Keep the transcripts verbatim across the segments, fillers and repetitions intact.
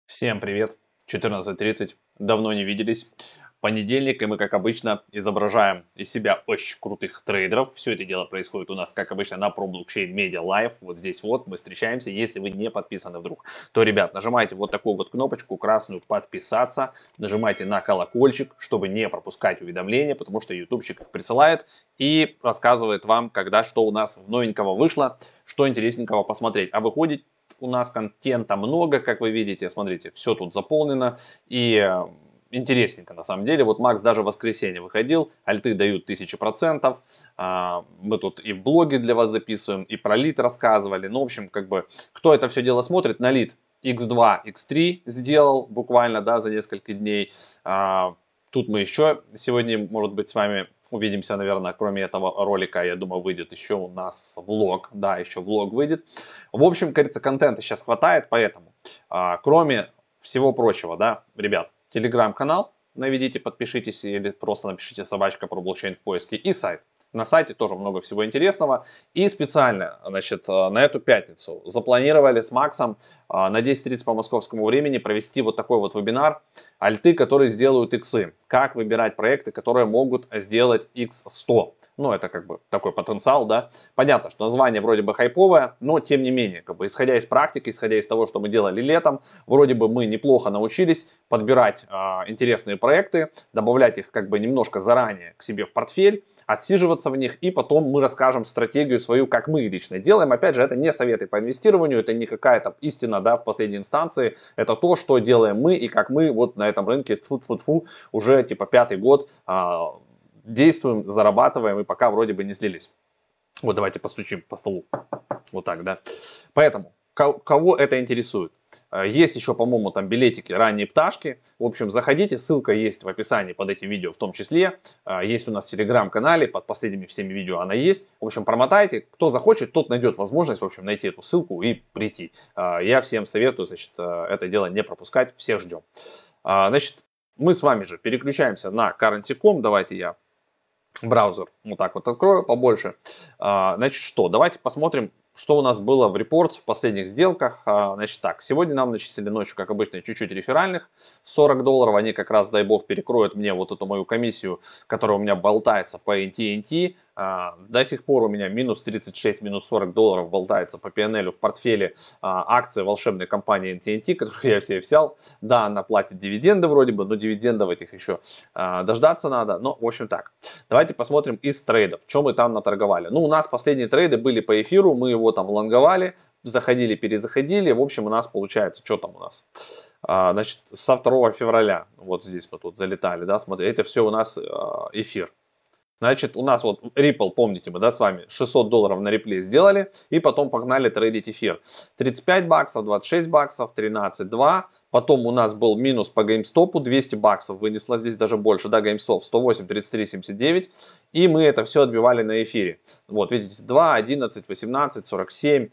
Всем привет! четырнадцать тридцать. Давно не виделись. Понедельник, и мы, как обычно, изображаем из себя очень крутых трейдеров. Все это дело происходит у нас, как обычно, на ProBlockchain Media Live. Вот здесь вот мы встречаемся. Если вы не подписаны вдруг, то, ребят, нажимайте вот такую вот кнопочку красную «Подписаться». Нажимайте на колокольчик, чтобы не пропускать уведомления, потому что ютубчик их присылает и рассказывает вам, когда что у нас новенького вышло, что интересненького посмотреть. А выходит у нас контента много, как вы видите, смотрите, все тут заполнено и э, интересненько на самом деле. Вот Макс даже в воскресенье выходил, альты дают тысячу процентов, а, мы тут и в блоге для вас записываем, и про лид рассказывали. Ну, в общем, как бы, кто это все дело смотрит, на лид икс два, икс три сделал буквально, да, за несколько дней. А, тут мы еще сегодня, может быть, с вами увидимся, наверное, кроме этого ролика, я думаю, выйдет еще у нас влог, да, еще влог выйдет. В общем, кажется, контента сейчас хватает, поэтому, а, кроме всего прочего, да, ребят, телеграм-канал наведите, подпишитесь или просто напишите собачка про блокчейн в поиске и сайт. На сайте тоже много всего интересного. И специально, значит, на эту пятницу запланировали с Максом на десять тридцать по московскому времени провести вот такой вот вебинар. Альты, которые сделают иксы. Как выбирать проекты, которые могут сделать икс сто. Ну, это как бы такой потенциал, да. Понятно, что название вроде бы хайповое, но тем не менее, как бы исходя из практики, исходя из того, что мы делали летом, вроде бы мы неплохо научились подбирать а, интересные проекты, добавлять их как бы немножко заранее к себе в портфель, отсиживаться в них, и потом мы расскажем стратегию свою, как мы лично делаем. Опять же, это не советы по инвестированию, это не какая-то истина, да, в последней инстанции, это то, что делаем мы, и как мы вот на этом рынке тьфу-тьфу-тьфу уже типа пятый год а, действуем, зарабатываем, и пока вроде бы не слились. Вот давайте постучим по столу. Вот так, да. Поэтому, кого это интересует? Есть еще, по-моему, там билетики «Ранние пташки». В общем, заходите, ссылка есть в описании под этим видео в том числе. Есть у нас в телеграм-канале, под последними всеми видео она есть. В общем, промотайте. Кто захочет, тот найдет возможность, в общем, найти эту ссылку и прийти. Я всем советую, значит, это дело не пропускать. Всех ждем. Значит, мы с вами же переключаемся на currency точка ком. Давайте я браузер вот так вот открою побольше. Значит, что? Давайте посмотрим, что у нас было в репортс в последних сделках. Значит так, сегодня нам начислили ночью, как обычно, чуть-чуть реферальных, сорок долларов. Они как раз, дай бог, перекроют мне вот эту мою комиссию, которая у меня болтается по эн ти эн ти. До сих пор у меня минус тридцать шесть, минус сорок долларов болтается по пи эн эл в портфеле акции волшебной компании эн ти эн ти, которую я себе взял. Да, она платит дивиденды вроде бы, но дивидендов этих еще дождаться надо. Но, в общем, так. Давайте посмотрим из трейдов, что мы там наторговали. Ну, у нас последние трейды были по эфиру, мы его там лонговали, заходили, перезаходили. В общем, у нас получается, что там у нас? А, значит, со второго февраля, вот здесь мы тут залетали, да, смотри, это все у нас а, эфир. Значит, у нас вот Ripple, помните, мы, да, с вами шестьсот долларов на реплей сделали, и потом погнали трейдить эфир. тридцать пять баксов, двадцать шесть баксов, тринадцать два. Потом у нас был минус по GameStop, двести баксов вынесла, здесь даже больше, да, GameStop сто восемь, тридцать три, семьдесят девять. И мы это все отбивали на эфире. Вот, видите, два, одиннадцать, восемнадцать, сорок семь,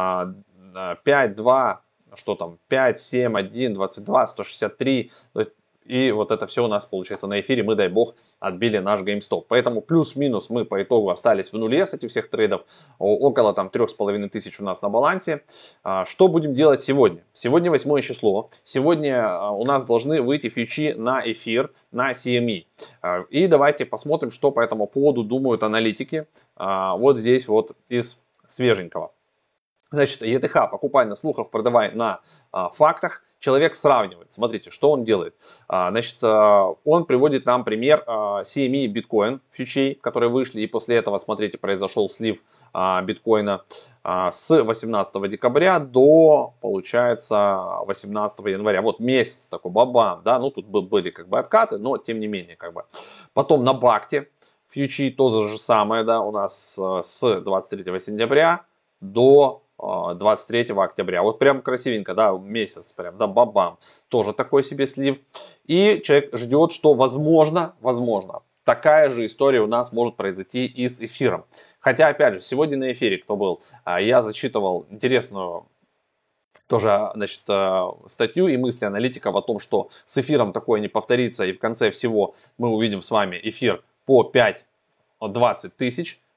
пять, два, что там, пять, семь, один, двадцать два, сто шестьдесят три. И вот это все у нас получается на эфире, мы, дай бог, отбили наш GameStop. Поэтому плюс-минус мы по итогу остались в нуле с этих всех трейдов. Около там трех с половиной тысяч у нас на балансе. Что будем делать сегодня? Сегодня восьмое число. Сегодня у нас должны выйти фьючи на эфир, на си эм и. И давайте посмотрим, что по этому поводу думают аналитики. Вот здесь вот из свеженького. Значит, и ти эйч покупай на слухах, продавай на а, фактах. Человек сравнивает. Смотрите, что он делает. А, значит, а, он приводит нам пример а, си эм и биткоин фьючей, которые вышли. И после этого, смотрите, произошел слив а, биткоина а, с восемнадцатого декабря до, получается, восемнадцатого января. Вот месяц такой, бабам, да. Ну, тут были как бы откаты, но тем не менее, как бы. Потом на бакте фьючи то же самое, да, у нас а, с двадцать третьего сентября до двадцать третьего октября. Вот прям красивенько, да, месяц прям, да, бабам. Тоже такой себе слив. И человек ждет, что возможно, возможно, такая же история у нас может произойти и с эфиром. Хотя, опять же, сегодня на эфире, кто был, я зачитывал интересную тоже, значит, статью и мысли аналитиков о том, что с эфиром такое не повторится, и в конце всего мы увидим с вами эфир по пять-двадцать тысяч.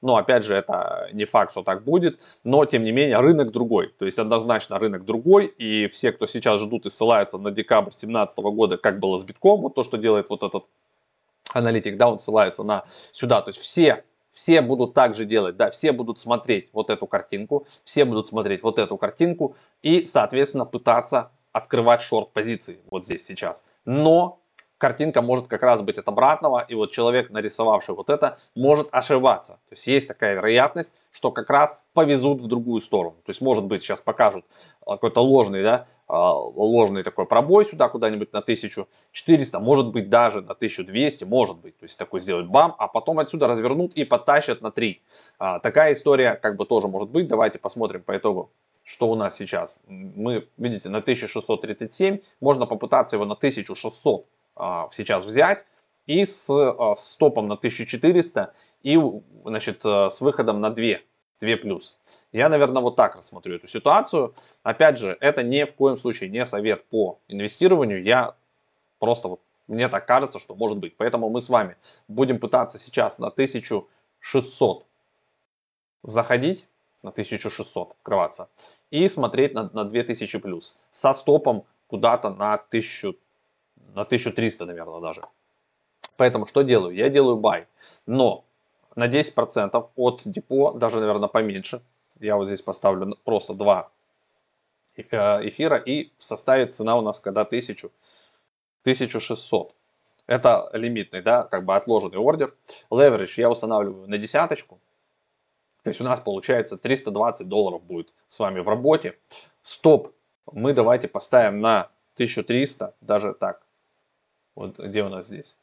но опять же это не факт, что так будет, но тем не менее рынок другой, то есть однозначно рынок другой, и все, кто сейчас ждут и ссылаются на декабрь две тысячи семнадцатого года, как было с битком, вот то, что делает вот этот аналитик, да, он ссылается на сюда, то есть все все будут так же делать, да, все будут смотреть вот эту картинку, все будут смотреть вот эту картинку и, соответственно, пытаться открывать шорт-позиции вот здесь сейчас. Но картинка может как раз быть от обратного, и вот человек, нарисовавший вот это, может ошибаться. То есть есть такая вероятность, что как раз повезут в другую сторону. То есть, может быть, сейчас покажут какой-то ложный, да, ложный такой пробой сюда куда-нибудь на тысячу четыреста, может быть даже на тысячу двести, может быть, то есть такой сделают бам, а потом отсюда развернут и потащат на три. А, такая история как бы тоже может быть, давайте посмотрим по итогу, что у нас сейчас. Мы, видите, на тысяча шестьсот тридцать семь, можно попытаться его на тысячу шестьсот а, сейчас взять, и с а, стопом на тысячу четыреста, и, значит, с выходом на два, два плюс. Я, наверное, вот так рассмотрю эту ситуацию. Опять же, это ни в коем случае не совет по инвестированию. Я просто вот, мне так кажется, что может быть. Поэтому мы с вами будем пытаться сейчас на тысячу шестьсот заходить, на тысячу шестьсот открываться, и смотреть на, на две тысячи плюс. Со стопом куда-то на тысячу, на тысячу триста, наверное, даже. Поэтому что делаю? Я делаю buy. Но на десять процентов от депо, даже, наверное, поменьше. Я вот здесь поставлю просто два эфира, и составит цена у нас когда тысячу, тысячу шестьсот. Это лимитный, да, как бы отложенный ордер. Leverage я устанавливаю на десяточку. То есть у нас получается триста двадцать долларов будет с вами в работе. Стоп мы давайте поставим на тысячу триста, даже так. Вот где у нас здесь?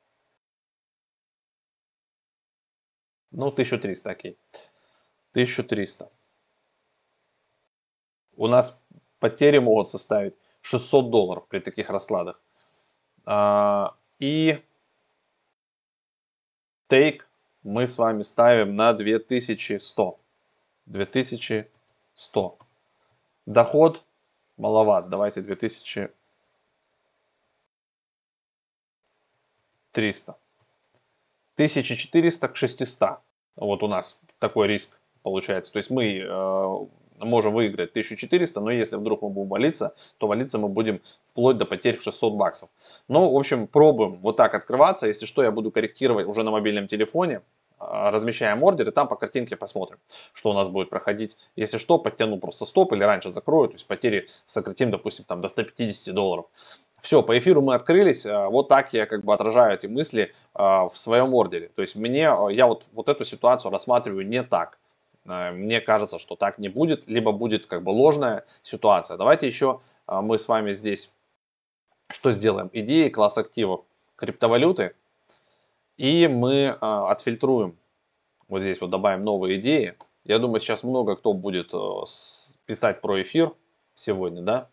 Ну, тысячу триста, окей. тысячу триста. У нас потери могут составить шестьсот долларов при таких раскладах. А, и take мы с вами ставим на две тысячи сто. две тысячи сто. Доход маловат. Давайте две тысячи триста. тысяча четыреста к шестистам. Вот у нас такой риск получается. То есть мы э, можем выиграть тысячу четыреста, но если вдруг мы будем валиться, то валиться мы будем вплоть до потерь в шестьсот баксов. Ну, в общем, пробуем вот так открываться. Если что, я буду корректировать уже на мобильном телефоне. Размещаем ордер, и там по картинке посмотрим, что у нас будет проходить. Если что, подтяну просто стоп или раньше закрою, то есть потери сократим, допустим, там до ста пятидесяти долларов. Все, по эфиру мы открылись. Вот так я как бы отражаю эти мысли в своем ордере. То есть мне, я вот, вот эту ситуацию рассматриваю не так. Мне кажется, что так не будет, либо будет как бы ложная ситуация. Давайте еще мы с вами здесь что сделаем? Идеи, класс активов, криптовалюты. И мы отфильтруем. Вот здесь вот добавим новые идеи. Я думаю, сейчас много кто будет писать про эфир сегодня, да?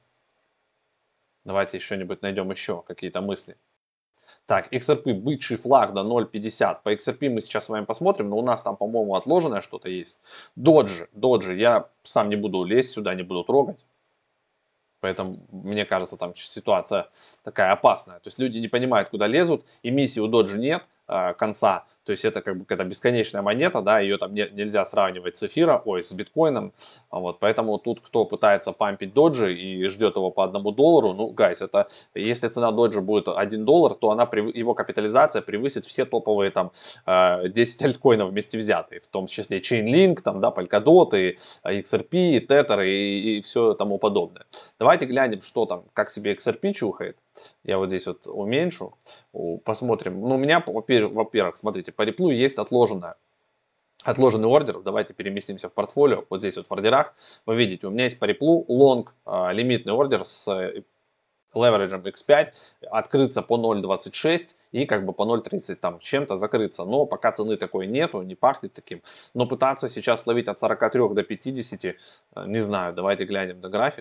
Давайте что-нибудь найдем еще, какие-то мысли. Так, икс эр пи, бывший флаг до ноль пятьдесят. По икс эр пи мы сейчас с вами посмотрим, но у нас там, по-моему, отложенное что-то есть. Доджи, доджи, я сам не буду лезть сюда, не буду трогать. Поэтому, мне кажется, там ситуация такая опасная. То есть люди не понимают, куда лезут, эмиссии у доджи нет э, конца. То есть это как бы какая-то бесконечная монета, да, ее там не, нельзя сравнивать с эфира, ой, с биткоином. Вот, поэтому тут кто пытается пампить доджи и ждет его по одному доллару, ну, гайс, это, если цена доджи будет один доллар, то она, его капитализация превысит все топовые там десять альткоинов вместе взятые, в том числе Chainlink, там, да, Polkadot, и икс эр пи, и Tether и, и все тому подобное. Давайте глянем, что там, как себе икс эр пи чухает. Я вот здесь вот уменьшу, посмотрим. Ну, у меня, во-первых, смотрите, по реплу есть отложенная. Отложенный ордер, давайте переместимся в портфолио, вот здесь вот в ордерах, вы видите, у меня есть по реплу лонг, э, лимитный ордер с левериджем икс пять, открыться по ноль двадцать шесть и как бы по ноль тридцать там чем-то закрыться, но пока цены такой нету, не пахнет таким, но пытаться сейчас ловить от сорока трёх до пятидесяти, э, не знаю, давайте глянем на график,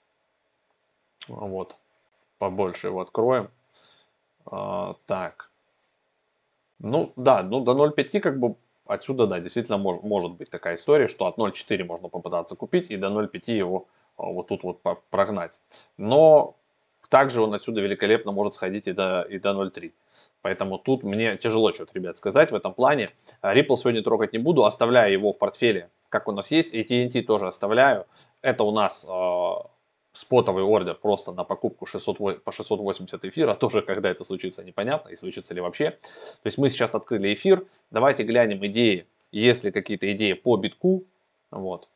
вот, побольше его откроем, э, так. Ну да, ну до ноль пять как бы отсюда, да, действительно мож, может быть такая история, что от ноль четыре можно попытаться купить и до ноль пять его а, вот тут вот прогнать. Но также он отсюда великолепно может сходить и до, и до ноль целых три. Поэтому тут мне тяжело что-то, ребят, сказать в этом плане. Ripple сегодня трогать не буду, оставляю его в портфеле, как у нас есть. эй ти энд ти тоже оставляю. Это у нас э, спотовый ордер просто на покупку шестьсот, по шестьсот восемьдесят эфира. Тоже, когда это случится, непонятно, и случится ли вообще. То есть мы сейчас открыли эфир. Давайте глянем идеи, есть ли какие-то идеи по битку. Вот.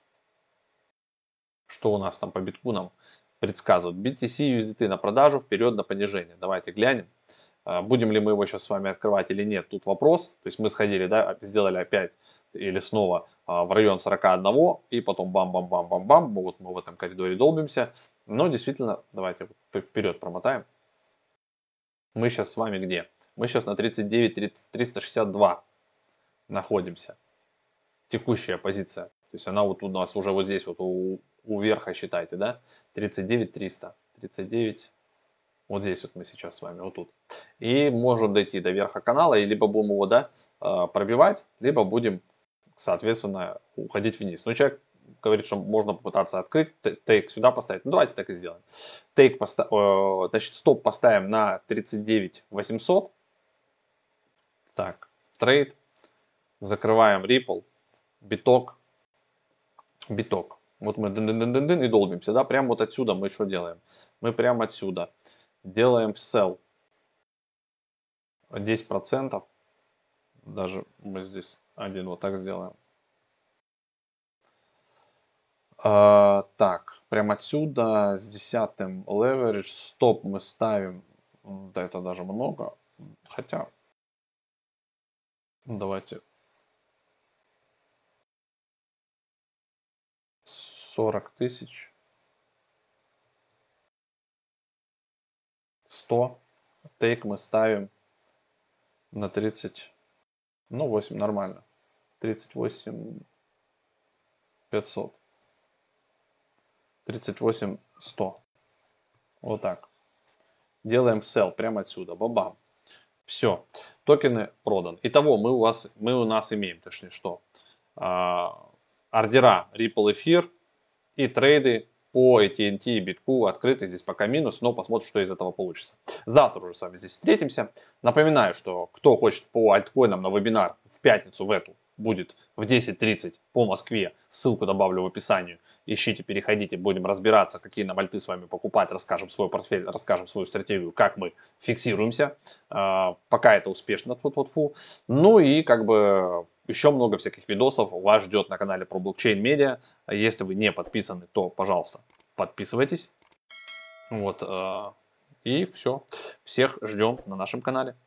Что у нас там по битку нам предсказывают? би ти си ю эс ди ти на продажу, вперед на понижение. Давайте глянем. Будем ли мы его сейчас с вами открывать или нет, тут вопрос. То есть мы сходили, да, сделали опять или снова в район сорок один, и потом бам-бам-бам-бам-бам, вот мы в этом коридоре долбимся. Но действительно, давайте вперед промотаем. Мы сейчас с вами где? Мы сейчас на тридцать девять триста шестьдесят два находимся. Текущая позиция. То есть она вот у нас уже вот здесь вот у, у верха, считайте, да? тридцать девять триста. тридцать девять. Вот здесь вот мы сейчас с вами, вот тут. И можем дойти до верха канала, и либо будем его, да, пробивать, либо будем, соответственно, уходить вниз. Но человек говорит, что можно попытаться открыть, тейк сюда поставить. Ну, давайте так и сделаем. Тейк поста э, значит, стоп поставим на тридцать девять восемьсот. Так, трейд. Закрываем Ripple, биток, биток. Вот мы дын -дын -дын -дын -дын и долбимся, да, прямо вот отсюда мы что делаем? Мы прямо отсюда делаем sell десять процентов, даже мы здесь один вот так сделаем. А, так, прямо отсюда с десятым leverage, стоп мы ставим, да это даже много, хотя, давайте сорок тысяч, сто, тейк мы ставим на тридцать, ну восемь, нормально, тридцать восемь пятьсот, тридцать восемь сто, вот так. Делаем sell прямо отсюда, бабам. Все, токены продан. Итого мы у вас, мы у нас имеем, точнее что, а, ордера Ripple эфир и трейды по эй ти энд ти и битку открыты. Здесь пока минус, но посмотрим, что из этого получится. Завтра уже с вами здесь встретимся. Напоминаю, что кто хочет по альткоинам на вебинар в пятницу в эту будет в десять тридцать по Москве. Ссылку добавлю в описании. Ищите, переходите, будем разбираться, какие нам альты с вами покупать, расскажем свой портфель, расскажем свою стратегию, как мы фиксируемся. Пока это успешно. Тьфу-тьфу-тьфу. Ну и как бы еще много всяких видосов вас ждет на канале про блокчейн медиа. Если вы не подписаны, то, пожалуйста, подписывайтесь. Вот. И все. Всех ждем на нашем канале.